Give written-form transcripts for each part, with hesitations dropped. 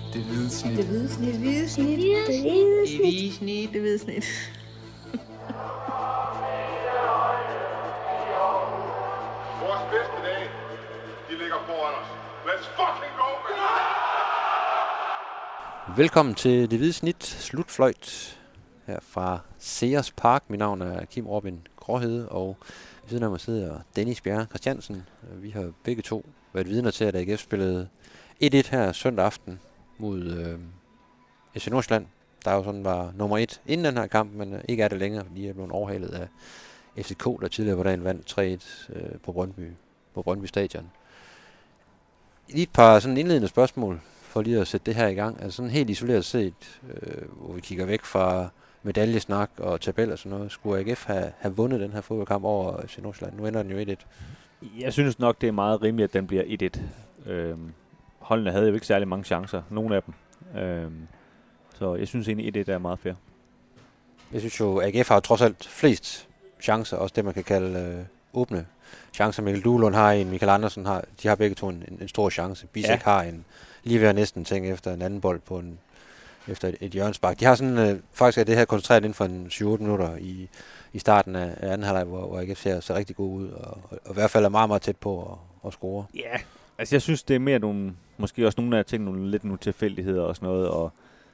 Det hvide snit. Det hvide snit. Det hvide snit. Det hvide snit. Det hvide snit. Det hvide snit. Vores bedste dage, de ligger foran os. Let's fucking go, man! Velkommen til Det Hvide Snit, slutfløjt her fra Sears Park. Mit navn er Kim Robin Gråhede, og ved siden af mig sidder Dennis Bjerre Christiansen. Vi har begge to været vidner til, at AGF spillede 1-1 her søndag aften mod FC Nordsjælland, der jo sådan var nummer 1 inden den her kamp, men ikke er det længere, fordi de er blevet overhalet af FCK, der tidligere på dagen vandt 3-1 på Brøndby Stadion. Lige et par sådan indledende spørgsmål for lige at sætte det her i gang. Altså sådan helt isoleret set, hvor vi kigger væk fra medaljesnak og tabel og sådan noget, skulle AGF have vundet den her fodboldkamp over FC Nordsjælland? Nu ender den jo 1-1. Jeg synes nok, det er meget rimeligt, at den bliver 1-1. Holdene havde jo ikke særlig mange chancer, nogle af dem. Så jeg synes egentlig, 1-1 er meget fair. Jeg synes jo, AGF har jo trods alt flest chancer, også det man kan kalde åbne chancer. Mikkel Duelund har en, Michael Andersen har, de har begge to en stor chance. Bisek har en, lige ved at næsten tænke efter en anden bold på efter et hjørnespark. De har sådan, faktisk er det her koncentreret inden for en 7-8 minutter i starten af anden halvleg, hvor AGF ser rigtig god ud, og i hvert fald er meget, meget tæt på at score. Ja, altså jeg synes, det er mere nogle, måske også nogle af tingene, lidt nogle tilfældigheder og sådan noget, og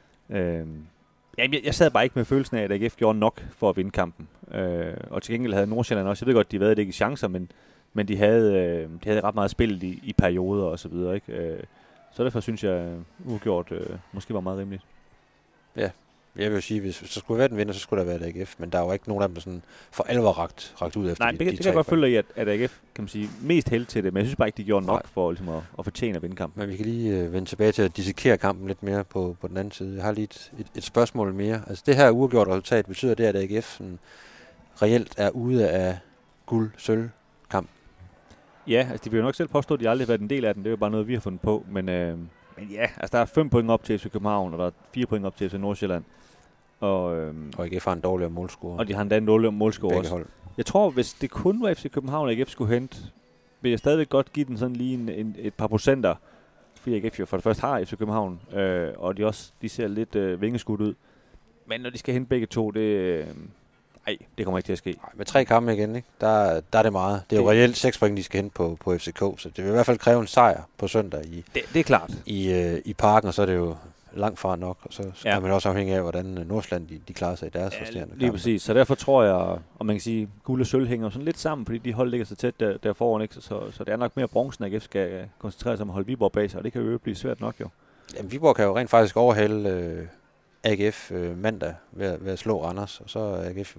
jeg sad bare ikke med følelsen af, at AGF gjorde nok for at vinde kampen. Og til gengæld havde Nordsjælland også, jeg ved godt, de havde ikke chancer, men de havde ret meget spillet i perioder og så videre, ikke? Så derfor synes jeg, uafgjort måske var meget rimeligt. Ja, jeg vil jo sige, hvis der skulle være den vinder, så skulle der være et AGF, men der er jo ikke nogen af dem, der sådan for alvor rakt ud efter. Nej, det kan jeg godt følge i, at AGF, kan man sige, mest held til det, men jeg synes bare ikke, de gjorde nok for ligesom, at fortjene at vinde kampen. Men vi kan lige vende tilbage til at dissekere kampen lidt mere på den anden side. Jeg har lige et spørgsmål mere. Altså det her uafgjort resultat, betyder det, at AGF sådan, reelt er ude af guld-sølv-kamp? Ja, altså de vil jo nok selv påstå, at de aldrig har været en del af den. Det er jo bare noget, vi har fundet på. Men ja, altså der er 5 point op til FC København, og der er 4 point op til FC Nordsjælland. Og AGF har en dårligere målscore. Og de har endda en dårligere målscore også. Hold. Jeg tror, hvis det kun var FC København, AGF skulle hente, vil jeg stadigvæk godt give den sådan lige et par procenter. Fordi AGF jo for det første har FC København, og de ser lidt vingeskudt ud. Men når de skal hente begge to, det kommer ikke til at ske. Nej, med 3 kampe igen, ikke? Der er det meget. Det er jo reelt 6 point, de skal hente på FCK, så det vil i hvert fald kræve en sejr på søndag det er klart. I parken, og så er det jo langt fra nok, og så kan man også afhænge af, hvordan Nordsjælland de klarer sig i deres resterende kampe. Lige præcis, så derfor tror jeg, og man kan sige, guld og sølv hænger sådan lidt sammen, fordi de hold ligger så tæt der foran, ikke? Så det er nok mere bronzen, at AGF skal koncentrere sig om at holde Viborg bag sig, og det kan jo blive svært nok jo. Jamen, Viborg kan jo rent faktisk overhale AGF mandag ved at slå Randers, og så er AGF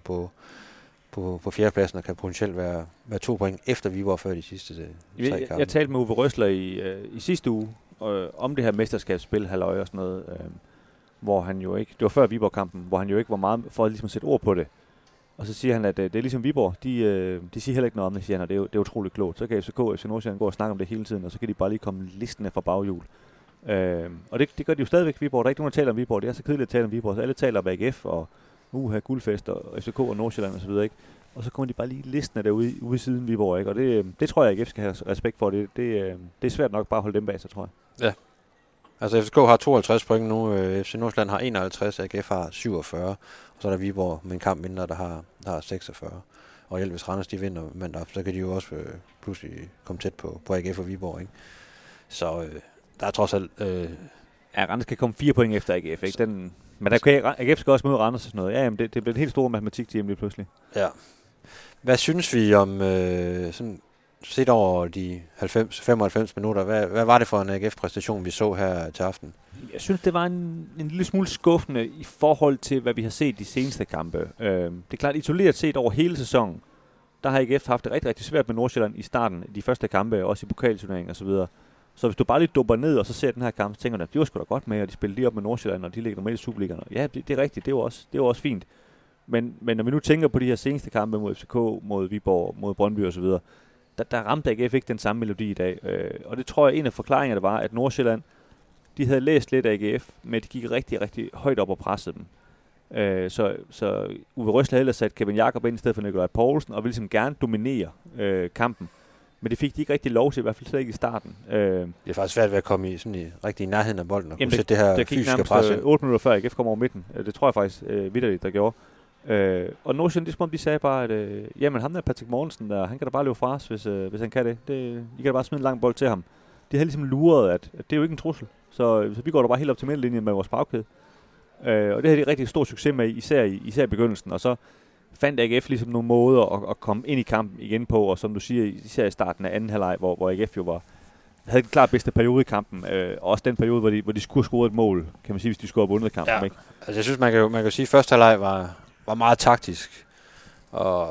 på fjerdepladsen og kan potentielt være 2 point efter Viborg før de sidste 3 kampe. Jeg talte med Uwe Røsler i sidste uge om det her mesterskabsspil, halløj og sådan noget, hvor han jo ikke, det var før Viborg-kampen, hvor han jo ikke var meget for at ligesom sætte ord på det. Og så siger han, at det er ligesom Viborg, de siger heller ikke noget om det, siger han, og det er utroligt klogt. Så kan FCK og FC Nordsjælland gå og snakke om det hele tiden, og så kan de bare lige komme listen af fra baghjul. Og det gør de jo stadigvæk Viborg. Der er ikke nogen, der taler om Viborg. Det er så kedeligt at tale om Viborg. Så alle taler om AGF og guldfest og FCK og Nordsjælland og så videre, ikke? Og så kommer de bare lige listen af derude ude i siden Viborg, ikke? Og det tror jeg, AGF skal have respekt for. Det er svært nok bare at holde dem bag sig, tror jeg. Ja. Altså FCK har 52 point nu, FC Nordsjælland har 51, AGF har 47, og så er der Viborg med en kamp mindre, der har 46. Og hvis Randers de vinder mandag, så kan de jo også pludselig komme tæt på AGF og Viborg, ikke? Så der er trods alt... Randers kan komme 4 point efter AGF, ikke? Men der kan AGF skal også møde Randers og sådan noget. Ja, jamen det bliver en helt stor matematik-team lige pludselig. Ja. Hvad synes vi om sådan set over de 90-95 minutter? Hvad var det for en AGF-præstation, vi så her til aften? Jeg synes, det var en lille smule skuffende i forhold til, hvad vi har set de seneste kampe. Det er klart, isoleret set over hele sæsonen, der har AGF haft det rigtig, rigtig svært med Nordsjælland i starten, de første kampe, også i pokalturneringen og så videre. Så hvis du bare lige dupper ned, og så ser den her kamp, så tænker du, at de var sgu da godt med, og de spillede lige op med Nordsjælland, og de ligger normalt i Superligaen. Ja, det er rigtigt, det er jo også fint. Men når vi nu tænker på de her seneste kampe mod FCK, mod Viborg, mod Brøndby og så videre, der ramte AGF ikke den samme melodi i dag. Og det tror jeg, en af forklaringerne var, at Nordsjælland, de havde læst lidt af AGF, men de gik rigtig, rigtig højt op og pressede dem. Så Uwe Røsler havde sat Kevin Jakob ind i stedet for Nikolaj Poulsen, og ville ligesom gerne dominere kampen. Men det fik de ikke rigtig lov til, i hvert fald slet ikke i starten. Det er faktisk svært ved at komme i rigtig nærheden af bolden og kunne sætte det her fysiske pres. Det gik 8 minutter før AGF kom over midten. Det tror jeg faktisk vitterligt, der gjorde. Og Nordsjælland, det er som om de sagde bare, at jamen ham der Patrick Mortensen, han kan da bare løbe fra os, hvis han kan det. I kan da bare smide en lang bold til ham. De havde ligesom luret, at det er jo ikke en trussel. Så vi går da bare helt op til middellinjen med vores bagkæde. Og det havde de rigtig stor succes med, især i begyndelsen. Og så fandt AGF ligesom nogle måder at komme ind i kampen igen på. Og som du siger, især i starten af anden halvleg, hvor AGF jo havde den klart bedste periode i kampen. Og også den periode, hvor de skulle score et mål, kan man sige, hvis de skulle have vundet kampen. Ja. Ikke? Altså, jeg synes, man kan sige, at første halvleg var meget taktisk. Og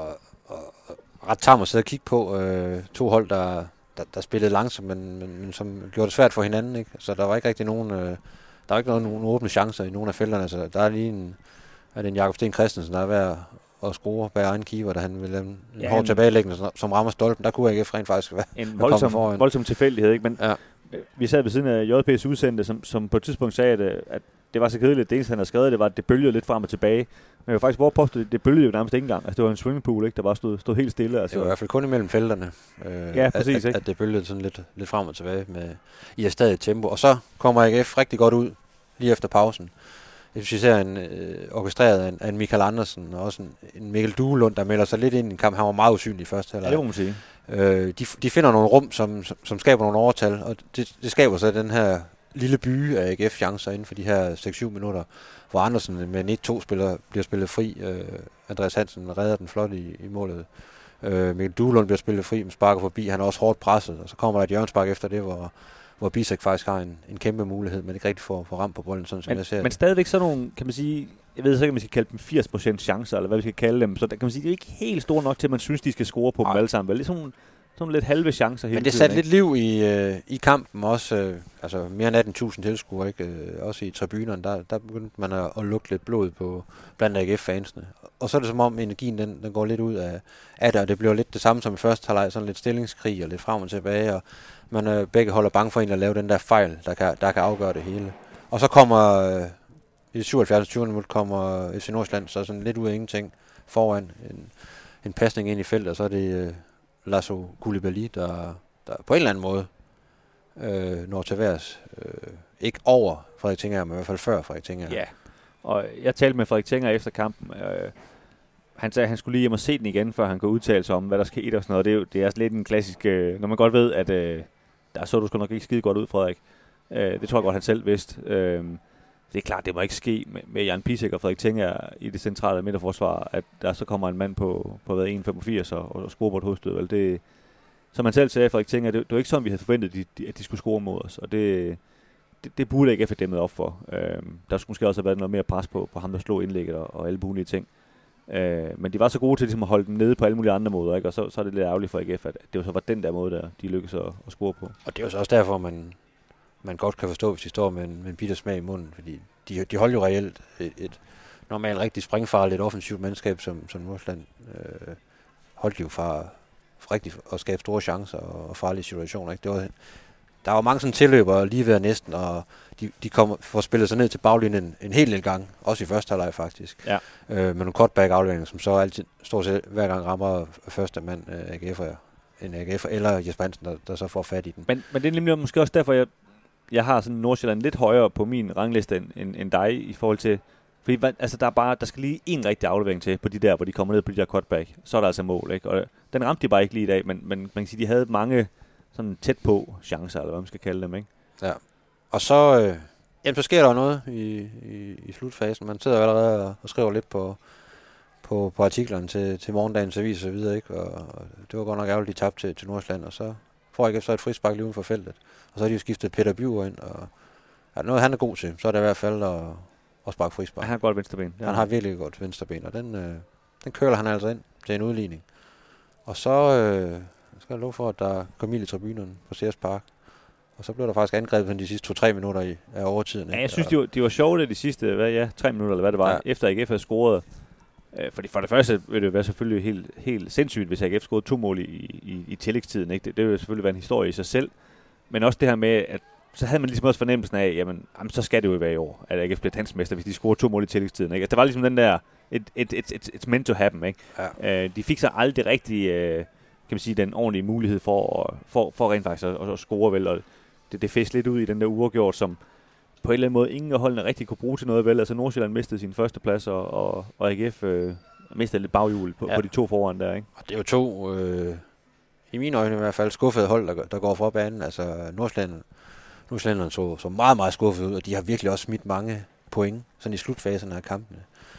ret tam at sidde og kigge på. To hold, der spillede langsomt, men som gjorde det svært for hinanden. Ikke? Så der var ikke rigtig nogen... Der var ikke nogen åbne chancer i nogle af felterne, så der er lige en Jakob Sten Christensen, der er ved at skrue bag egen keeper, da han vil lave en hård tilbagelæggende, som rammer stolpen. Der kunne AGF rent faktisk være en voldsom tilfældighed, ikke? Men vi sad ved siden af JP's udsendte, som på et tidspunkt sagde, at det var så kedeligt. Det eneste, han havde skrevet, det var, at det bølgede lidt frem og tilbage. Men jeg var faktisk påstået, det bølgede jo nærmest ikke engang. Altså, det var en swimmingpool, ikke? Der bare stod helt stille. Altså. Det var i hvert fald kun imellem felterne, præcis, at det bølgede sådan lidt frem og tilbage i et stadigt tempo. Og så kommer AGF rigtig godt ud lige efter pausen. Jeg synes, vi ser orkestreret af en Michael Andersen, og også en Mikkel Duelund, der melder sig lidt ind i en kamp. Han var meget usynlig i første halvleg. Ja, det må man sige. De finder nogle rum, som skaber nogle overtal, og det skaber så den her lille by af AGF-chancer inden for de her 6-7 minutter, hvor Andersen med en 1-2-spiller bliver spillet fri. Andreas Hansen redder den flot i målet. Mikkel Duelund bliver spillet fri, men sparker forbi. Han er også hårdt presset, og så kommer der et hjørnespark efter det, hvor Bisek faktisk har en kæmpe mulighed, men ikke rigtig får ramt på bolden, sådan som jeg ser det. Men stadigvæk sådan nogle, kan man sige, jeg ved så ikke, om vi skal kalde dem 80% chancer, eller hvad vi skal kalde dem, så der kan man sige, det er ikke helt store nok til, at man synes, de skal score på dem alle sammen. Det er sådan lidt halve chancer hele tiden. Men det satte lidt liv i kampen også, altså mere end 18.000 tilskuere, ikke? Også i tribunerne, der begyndte man at lugte lidt blod på blandt AGF-fansene. Og så er det som om energien, den går lidt ud af det, og det bliver lidt det samme som i første halvleg, sådan lidt stillingskrig og lidt frem og tilbage, og man begge holder bange for en at lave den der fejl, der kan afgøre det hele. Og så kommer i det 77. minut kommer FC Nordsjælland så sådan lidt ud af ingenting foran en pasning ind i feltet, og så er det Lasso Koulibaly, der på en eller anden måde når til værs. Ikke over Frederik Tinger, men i hvert fald før Frederik Tinger. Ja, og jeg talte med Frederik Tinger efter kampen. Han sagde, at han skulle lige hjem og se den igen, før han kunne udtale sig om, hvad der skete og sådan noget. Det er lidt en klassisk, når man godt ved, at der så du sgu nok ikke skide godt ud, Frederik. Det tror jeg godt, han selv vidste. Det er klart, det må ikke ske med Jan Bisek og Frederik Tinger i det centrale midterforsvar, at der så kommer en mand på 1,85 og scorer på et hovedstød. Det, som han selv sagde, Frederik Tinger, det var ikke sådan, vi havde forventet, at de skulle score mod os. Og det burde ikke have dæmmet op for. Der skulle måske også have været noget mere pres på ham, der slog indlægget og alle mulige ting. Men de var så gode til ligesom at holde dem nede på alle mulige andre måder, ikke? Og så er det lidt ærgerligt for AGF, at det så var den der måde, der de lykkedes at score på. Og det er jo så også derfor, man godt kan forstå, hvis de står med en bitter smag i munden, fordi de holder jo reelt et normalt rigtig springfarligt offensivt mandskab, som Nordsjælland holdt jo fra rigtig at skabe store chancer og farlige situationer. Ikke? Der var mange sådan tilløbere lige ved næsten, og de får spillet sig ned til baglinjen en hel del gang, også i første halvleg faktisk. Ja. Med nogle cutback-afleveringer, som så altid stort set hver gang rammer første mand AGF'er eller Jesper Hansen, der så får fat i den. Men det er nemlig måske også derfor, jeg har sådan Nordsjælland lidt højere på min rangliste end dig i forhold til, fordi altså der skal lige en rigtig aflevering til på de der, hvor de kommer ned på de der cutback, så er der altså mål, ikke? Og den ramte de bare ikke lige i dag, men man kan sige, de havde mange sådan tæt på chancer, eller hvad man skal kalde dem, ikke? Ja. Og så, så sker der noget i slutfasen. Man sidder allerede og skriver lidt på artiklerne til morgendagens avis og så videre, ikke? Og det var godt nok ærgerligt, de tabte til Nordsjælland, og så får AGF så et frispark lige uden for feltet. Og så har de jo skiftet Peter Bjur ind, og noget han er god til, så er det i hvert fald at sparke frispark. Han har godt venstreben. Han har virkelig godt venstreben, og den køler han altså ind til en udligning. Og så skal jeg love for, at der kom ild i tribunerne på Sears Park. Og så blev der faktisk angrebet de sidste 2-3 minutter af overtiden. Ja, jeg synes, de var sjove de sidste 3 minutter, eller hvad det var, efter AGF havde scoret. Fordi for det første vil det være selvfølgelig helt sindssygt, hvis AGF scorede 2 mål i tillægstiden. Ikke? Det vil selvfølgelig være en historie i sig selv. Men også det her med, at så havde man ligesom også fornemmelsen af, jamen så skal det jo være i år, at AGF bliver danskmester, hvis de scorer 2 mål i tillægstiden. Ikke? Altså, det var ligesom den der, it's meant to happen. Ikke? Ja. De fik så aldrig rigtig kan man sige, den ordentlige mulighed for rent faktisk at score vel, og det fæst lidt ud i den der uafgjort, som på en eller anden måde ingen af holdene rigtig kunne bruge til noget vel. Altså Nordsjælland mistede sin første plads, og AGF mistede lidt baghjul på de to foran der, ikke? Og det er jo to, i mine øjne i hvert fald, skuffede hold, der går fra banen. Altså Nordsjælland så meget, meget skuffet ud, og de har virkelig også smidt mange point, sådan i slutfaserne af kampene.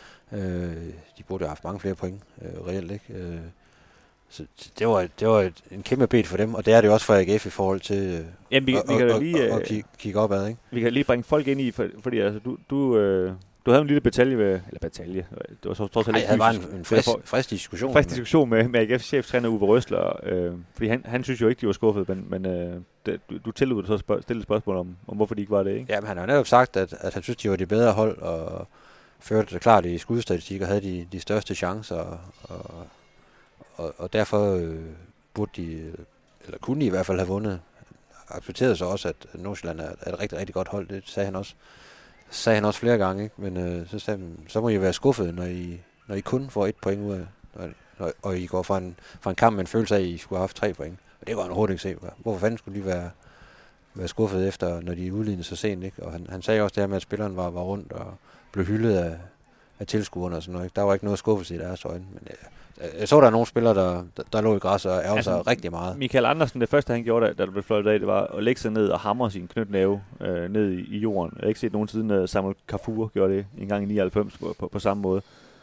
De burde have haft mange flere point, reelt, ikke? Så det var en kæmpe bed for dem, og det er det også for AGF i forhold til at kigge opad, ikke? Vi kan lige bringe folk ind i, fordi altså, du havde en lille batalje, det var så trods alt ikke fysisk. Det var en frisk diskussion. Frisk diskussion med AGF's cheftræner Uwe Røsler, fordi han synes jo ikke, de var skuffet, men du tillod dig så stille spørgsmål om hvorfor de ikke var det, ikke? Ja, men han har netop sagt, at han synes, de var de bedre hold, og førte det klart i skudstatistik, og havde de største chancer, og derfor burde de, eller kunne de i hvert fald have vundet. Accepterede så også, at Nordsjælland er et rigtig, rigtig godt hold. Det sagde han også flere gange, ikke? Men så sagde han, så må I være skuffet, når I kun får 1 point ud af, og I går fra en kamp med en følelse af, at I skulle have haft 3 point. Og det var han overhovedet ikke se. Hvorfor fanden skulle de være skuffet efter, når de udlignede så sent, ikke? Og han sagde også det her med, at spilleren var rundt og blev hyldet af tilskuerne og sådan noget, ikke? Der var ikke noget skuffelse i deres øjne, men jeg så, der er nogle spillere, der lå i græs og ærger sig rigtig meget. Michael Andersen, det første han gjorde, da der blev fløjtet af, det var at lægge sig ned og hamre sin knytnæve ned i jorden. Jeg har ikke set nogen siden Samuel Kafur gjorde det en gang i 99 på samme måde.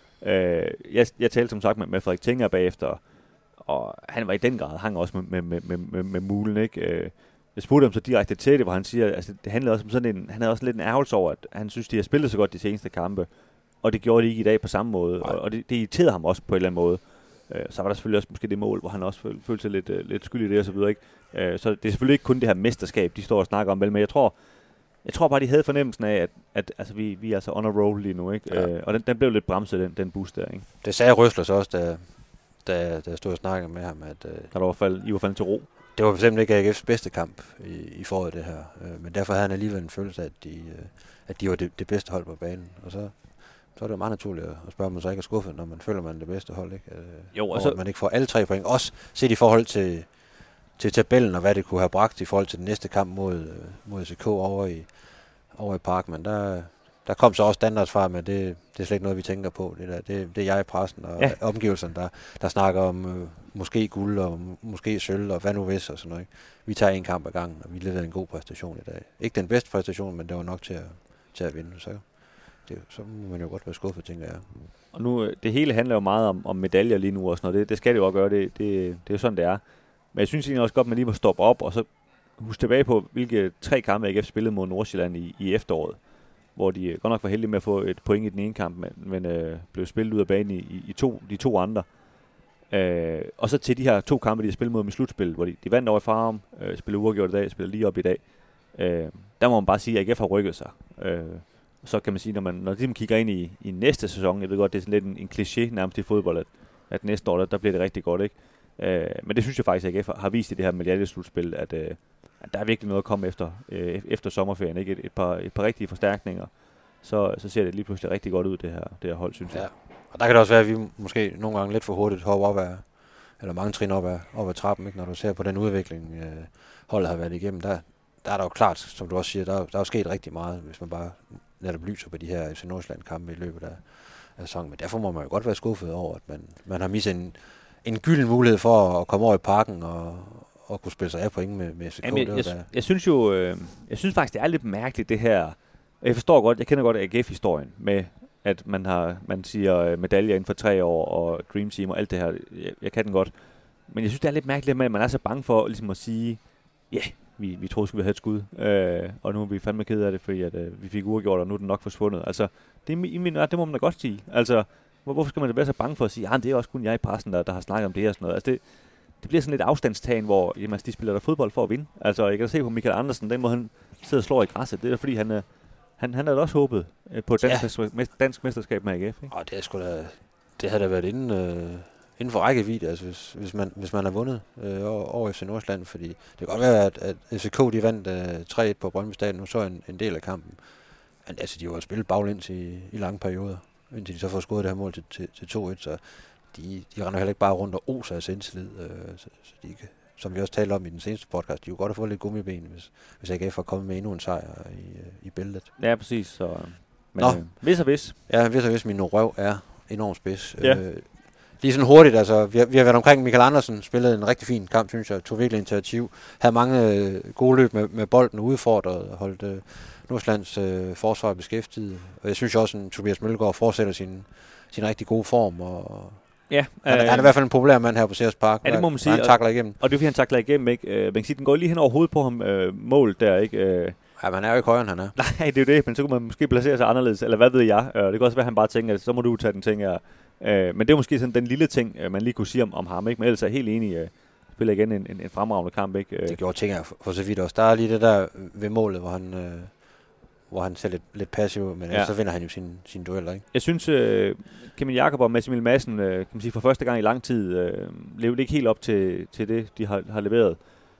Jeg talte som sagt med Frederik Tinger bagefter, og han var i den grad, hang også med mulen, ikke? Jeg spurgte ham så direkte til det, hvor han siger, altså det handlede også om sådan han havde også lidt en ærgelse over, at han synes, de har spillet så godt de seneste kampe, og det gjorde de ikke i dag på samme måde, og det irriterede ham også på en eller anden måde. Så var der selvfølgelig også måske det mål, hvor han også følte sig lidt skyld i det og så videre, ikke? Så det er selvfølgelig ikke kun det her mesterskab, de står og snakker om, vel, men jeg tror bare, de havde fornemmelsen af, at altså, vi er altså on a roll lige nu, ikke? Ja. Og den blev lidt bremset, den boost der, ikke? Det sagde Røsler så også, da jeg stod og snakkede med ham, at I var faldet til ro. Det var bestemt ikke AGF's bedste kamp i foråret, det her. Men derfor havde han alligevel en følelse af, at de var det bedste hold på banen. Og så er det meget naturligt at spørge, om man så ikke er skuffet, når man føler, man er det bedste hold, ikke? Jo, altså, man ikke får alle 3 point. Også set i forhold til tabellen, og hvad det kunne have bragt i forhold til den næste kamp mod SK over i Park. Men der kom så også standardsvar med, det er slet ikke noget, vi tænker på. Det er jeg i pressen og omgivelserne, der snakker om måske guld og måske sølv og hvad nu hvis og sådan noget, ikke? Vi tager en kamp ad gangen, og vi leverer en god præstation i dag. Ikke den bedste præstation, men det var nok til at vinde. Så må man jo godt være skuffet, tænker jeg. Og nu, det hele handler jo meget om medaljer lige nu og sådan noget. Det skal det jo også gøre, det er jo sådan, det er. Men jeg synes egentlig også godt, at man lige må stoppe op, og så huske tilbage på, hvilke 3 kampe AGF spillede mod Nordsjælland i efteråret, hvor de godt nok var heldige med at få et point i den ene kamp, men blev spillet ud af banen i de to andre. Og så til de her 2 kampe, de har spillet mod dem i slutspillet, hvor de vandt over i Farum, spillede uafgjort i dag, spillede lige op i dag. Der må man bare sige, at AGF har rykket sig. Så kan man sige, når de kigger ind i næste sæson, jeg ved godt, det er sådan lidt en kliché nærmest i fodbold, at næste år, der bliver det rigtig godt, ikke? Men det synes jeg faktisk, at AGF har vist i det her medaljeslutspil, at der er virkelig noget at komme efter sommerferien, ikke? Et par rigtige forstærkninger. Så ser det lige pludselig rigtig godt ud, det her hold, synes jeg. Og der kan det også være, at vi måske nogle gange lidt for hurtigt hopper op af, eller mange trin op ad trappen, ikke? Når du ser på den udvikling, holdet har været igennem. Der er der jo klart, som du også siger, der er jo sket rigtig meget, hvis man bare netop lyser på de her FC Nordsjælland-kampe i løbet af sæsonen. Men derfor må man jo godt være skuffet over, at man har misset en gylden mulighed for at komme over i Parken og kunne spille sig af point med FCK. Jamen, jeg synes faktisk, det er lidt mærkeligt, det her. Jeg kender godt AGF-historien med, at man siger medaljer inden for 3 år og Dream Team og alt det her. Jeg kan den godt. Men jeg synes, det er lidt mærkeligt, at man er så bange for ligesom at sige, vi troede, skulle vi have et skud, og nu er vi fandme ked af det, fordi at, vi fik uafgjort, og nu er den nok forsvundet. Altså, det må man da godt sige. Altså, hvorfor skal man da være så bange for at sige, det er også kun jeg i pressen, der har snakket om det og sådan noget. Altså, det bliver sådan lidt afstandstagen, hvor de spiller der fodbold for at vinde. Altså, jeg kan da se på Michael Andersen, den må han sidder og slår i græsset. Det er fordi, han havde da også håbet på et dansk mesterskab med AGF, ikke? Det havde da været inden for rækkevidde, altså hvis man har vundet over FC Nordsjælland, fordi det kan godt være, at FCK de vandt 3-1 på Brøndby Stadion, nu så en del af kampen. Men altså, de har jo spillet baglæns i lange perioder, indtil de så får scoret det her mål til 2-1, så de render heller ikke bare rundt og oser af selvtillid, så de kan, som vi også talte om i den seneste podcast, de kunne godt have fået lidt gummiben, hvis AGF var kommet med endnu en sejr i bæltet. Ja, præcis. Så, men vis og vis. Ja, vis og vis, min røv er enormt spids. Ja. Lige sådan hurtigt, altså, vi har været omkring Michael Andersen, spillede en rigtig fin kamp, synes jeg, tog virkelig initiativ, havde mange gode løb med bolden udfordret, holdt Nordsjællands forsvar beskæftiget, og jeg synes også, at Tobias Mølgaard fortsætter sin rigtig gode form, og ja, han er i hvert fald en populær mand her på Sears Park, ja, det må man sige, han takler igennem. Og det er fordi, han takler igennem, ikke? Man kan sige, den går lige hen over hovedet på ham, målet der, ikke? Ja, men han er jo ikke højere, end han er. Nej, det er jo det, men så kunne man måske placere sig anderledes, eller hvad ved jeg. Det kan også være, at han bare tænker, at så må du tage den ting her. Men det er måske sådan den lille ting, man lige kunne sige om ham, ikke? Men ellers er jeg helt enig, spiller igen en fremragende kamp, ikke? Det gjorde ting for så vidt også. Der er lige det der ved målet, hvor han ser lidt passiv, men så vinder han jo sine dueller, ikke? Jeg synes, Kevin Jakob og Mads Emil Madsen, kan man sige, for første gang i lang tid, levede ikke helt op til det, de har leveret.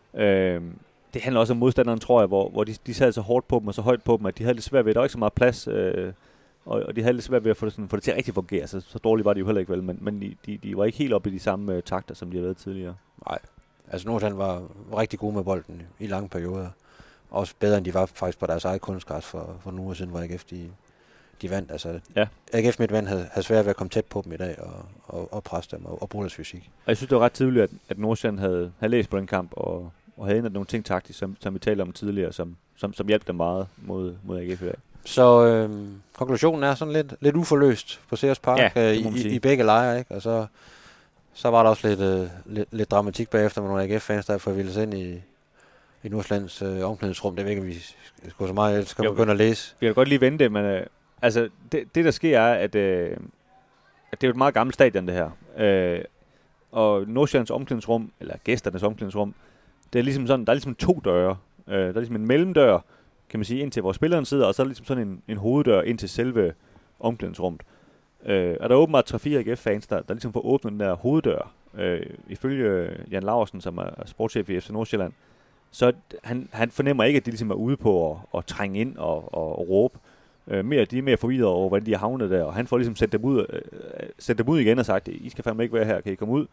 Det handler også om modstanderen, tror jeg, hvor de sad så hårdt på dem og så højt på dem, at de havde lidt svært ved, der var ikke så meget plads, og de havde lidt svært ved at få det til at rigtig fungere. Så dårligt var de jo heller ikke, vel, men de var ikke helt oppe i de samme takter, som de har været tidligere. Nej, altså Nordsjælland var rigtig gode med bolden i lange perioder. Også bedre, end de var faktisk på deres eget kunstgræs for nogle uger siden, hvor AGF de vandt. Altså, ja. AGF Midtjylland havde svært ved at komme tæt på dem i dag og presse dem og bruge deres fysik. Og jeg synes, det var ret tydeligt, at Nordsjælland havde læst på den kamp og havde ændret nogle ting taktisk, som vi talte om tidligere, som hjalp dem meget mod AGF i dag. Så konklusionen er sådan lidt uforløst på Sears Park, ja, i begge lejre, ikke? Og så var der også lidt dramatik bagefter med nogle AGF-fans, der får vildt ind i Nordsjællands omklædningsrum. Det er ikke, vi skal så meget, skal begynde at læse. Vi kan godt lige vente, men altså det der sker er, at det er jo et meget gammelt stadion, det her. Og Nordsjællands omklædningsrum, eller gæsternes omklædningsrum, det er ligesom sådan, der er ligesom 2 døre. Der er ligesom en mellemdør, kan man sige, ind til hvor spilleren sidder, og så er der ligesom sådan en hoveddør ind til selve omklædningsrummet. Og der er åbenbart 3-4 AGF-fans, der ligesom får åbnet den der hoveddør. Ifølge Jan Laursen, som er sportschef i FC Nordsjælland, så han fornemmer ikke, at de ligesom er ude på at trænge ind og råbe. De er mere forvirret over, hvordan de er havnet der, og han får ligesom sendt dem ud igen og sagt, I skal fandme ikke være her, kan I komme ud?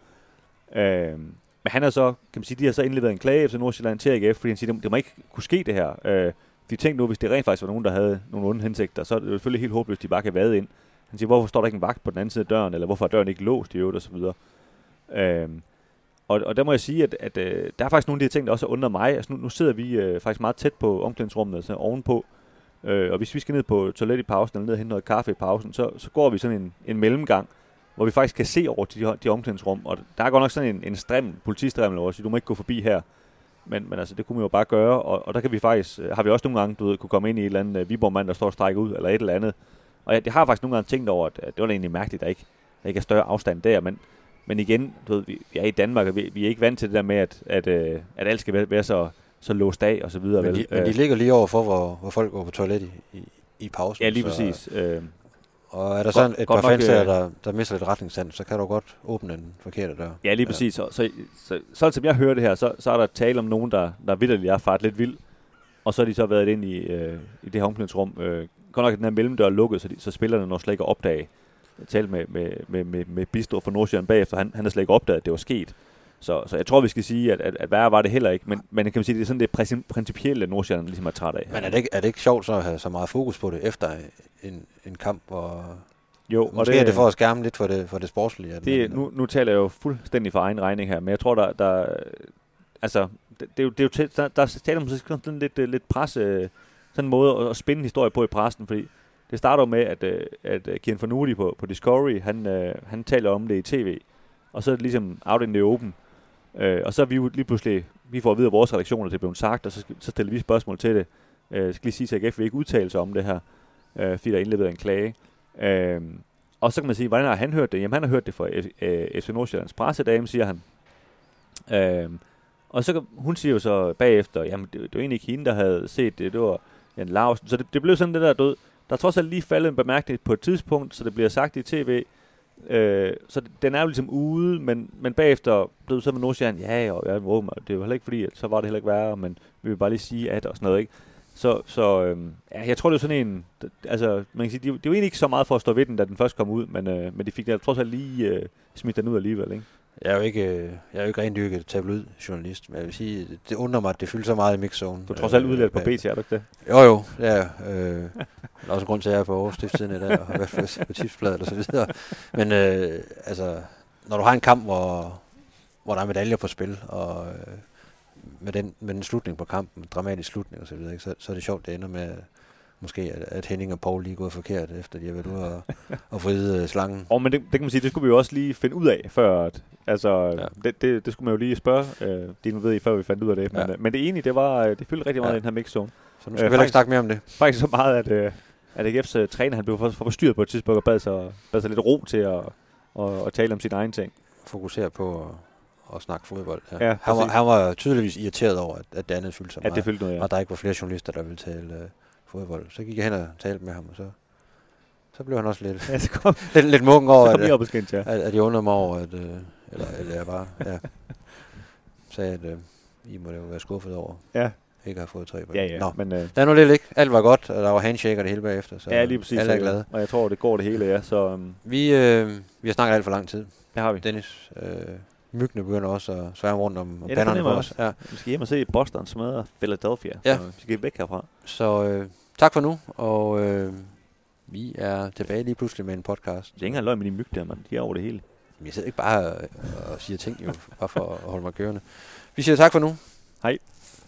Men han er så, kan man sige, de har så indleveret en klage efter Nordsjælland til AGF, fordi han siger, det må ikke kunne ske det her. De tænkte nu, hvis det rent faktisk var nogen, der havde nogle onde hensigter, så er det selvfølgelig helt håbløst, de bare kan vade ind. Han siger, hvorfor står der ikke en vagt på den anden side af døren, eller hvorfor er døren ikke låst i øvrigt, og så videre. Og der må jeg sige, at der er faktisk nogle af de ting, der også undrer mig. Altså nu sidder vi faktisk meget tæt på omklædningsrummet, altså ovenpå. Og hvis vi skal ned på toilet i pausen, eller ned og hente noget kaffe i pausen, så går vi sådan en mellemgang, hvor vi faktisk kan se over til de omklædningsrum. Og der er godt nok sådan en politistrimmel over, så du må ikke gå forbi her. Men altså, det kunne man jo bare gøre. Og der kan vi faktisk, har vi også nogle gange, kunne komme ind i et eller andet Viborg-mand, der står og strækker ud, eller et eller andet. Og det har faktisk nogle gange tænkt over, at det var da egentlig mærkeligt, at der ikke er større afstand der. Men igen, du ved, vi er i Danmark, og vi er ikke vant til det der med, at alt skal være så låst af og så videre. Men de ligger lige overfor, hvor folk går på toilet i pausen. Ja, lige præcis. Og er der sådan et par fans der mister lidt retningssand, så kan du godt åbne den forkerte dør. Ja, lige præcis. Så sådan som jeg hører det her, så er der tale om nogen, der vitterligt er faret lidt vild, og så har de så været ind i det her omklædningsrum. Godt nok, at den her mellemdør er lukket, så spillerne når slet ikke opdage. Jeg talte med Bistro fra Nordsjælland bagefter, han har slet ikke opdaget, at det var sket. Så jeg tror, vi skal sige, at værre var det heller ikke, men kan man sige, det er sådan det principielle, Nordsjælland ligesom er træt af. Men er det ikke sjovt så at have så meget fokus på det efter en kamp, hvor jo, måske er det for at skærme lidt for det sportslige? Nu taler jeg jo fuldstændig for egen regning her, men jeg tror, der altså, det er jo der taler man sådan lidt pres, sådan en måde at spænde en historie på i pressen, fordi det starter med, at Kian Fornudi på Discovery, han taler om det i tv, og så er det ligesom out in the open. Og så er vi jo lige pludselig, vi får at vide af vores redaktioner, det er blevet sagt, og så stiller vi spørgsmål til det. Jeg skal lige sige til AGF, vi ikke udtale sig om det her, fordi der er indleveret en klage. Og så kan man sige, hvordan har han hørt det? Jamen han har hørt det fra FC Nordsjællands pressedame, siger han. Og så hun siger jo så bagefter, jamen det var egentlig ikke hende, der havde set det, det var Jan Laursen. Så det blev sådan det der død. Der er trods alt lige faldet en bemærkning på et tidspunkt, så det bliver sagt i tv. Så den er jo ligesom ude, men bagefter blev det så med Nordsjælland, det er jo heller ikke fordi, at så var det heller ikke værre, men vi vil bare lige sige, at og sådan noget, ikke? Jeg tror, det er sådan en... Altså, man kan sige, det er jo egentlig ikke så meget for at stå ved den, da den først kom ud, men de fik da trods alt lige smidt den ud alligevel, ikke? Jeg er jo ikke rendyrket tabloid-journalist, men jeg vil sige, det undrer mig, at det fylder så meget i mixzone. Du er trods alt udlært på BT, er du ikke det? Jo, det er jeg. Der er også en grund til, at jeg er på Aarhus Stiftstidende i dag, og har været på tipsbladet og så videre. Men altså, når du har en kamp, hvor der er medaljer på spil, og med den slutning på kampen, dramatisk slutning og så videre, ikke, så er det sjovt, det ender med, måske at Henning og Paul lige er gået forkert, efter de har været ude og vride slangen. Men det kan man sige, det skulle vi jo også lige finde ud af, før at, altså, det skulle man jo lige spørge Dino ved I, før vi fandt ud af det. Men det ene, det fyldte rigtig meget i den her mixzone. Så nu skal vi heller ikke snakke mere om det. Faktisk så meget, at AGF's træner, han blev for forstyrret på et tidspunkt og bad sig lidt ro til at tale om sine egne ting. Fokusere på at snakke fodbold. Ja. Ja, Han var tydeligvis irriteret over, at det andet fyldte så meget. Det fyldte noget, ja. Og der ikke var flere journalister, der ville tale fodbold. Så gik jeg hen og talte med ham, og så blev han også lidt munken over, at jeg undrede mig over, eller jeg bare sagde, at I må jo være skuffet over. Ja. Ikke har fået 3 på. Ja. Nå, men der er nu lidt ikke. Alt var godt, og der var handshake og det hele bagefter. Så ja, lige præcis. Alle er glade. Og jeg tror, det går det hele, ja. Så, vi har snakket alt for lang tid. Det har vi. Dennis, myggene begynder også at sværme rundt om panderne på os. Ja. Vi skal hjem og se Boston smadre Philadelphia. Ja. Så vi skal væk herfra. Så tak for nu, og vi er tilbage lige pludselig med en podcast. Det er ikke engang løgn med de myg der, man. De er over det hele. Jeg sidder ikke bare og siger ting, jo, bare for at holde mig kørende. Vi siger tak for nu. Hej.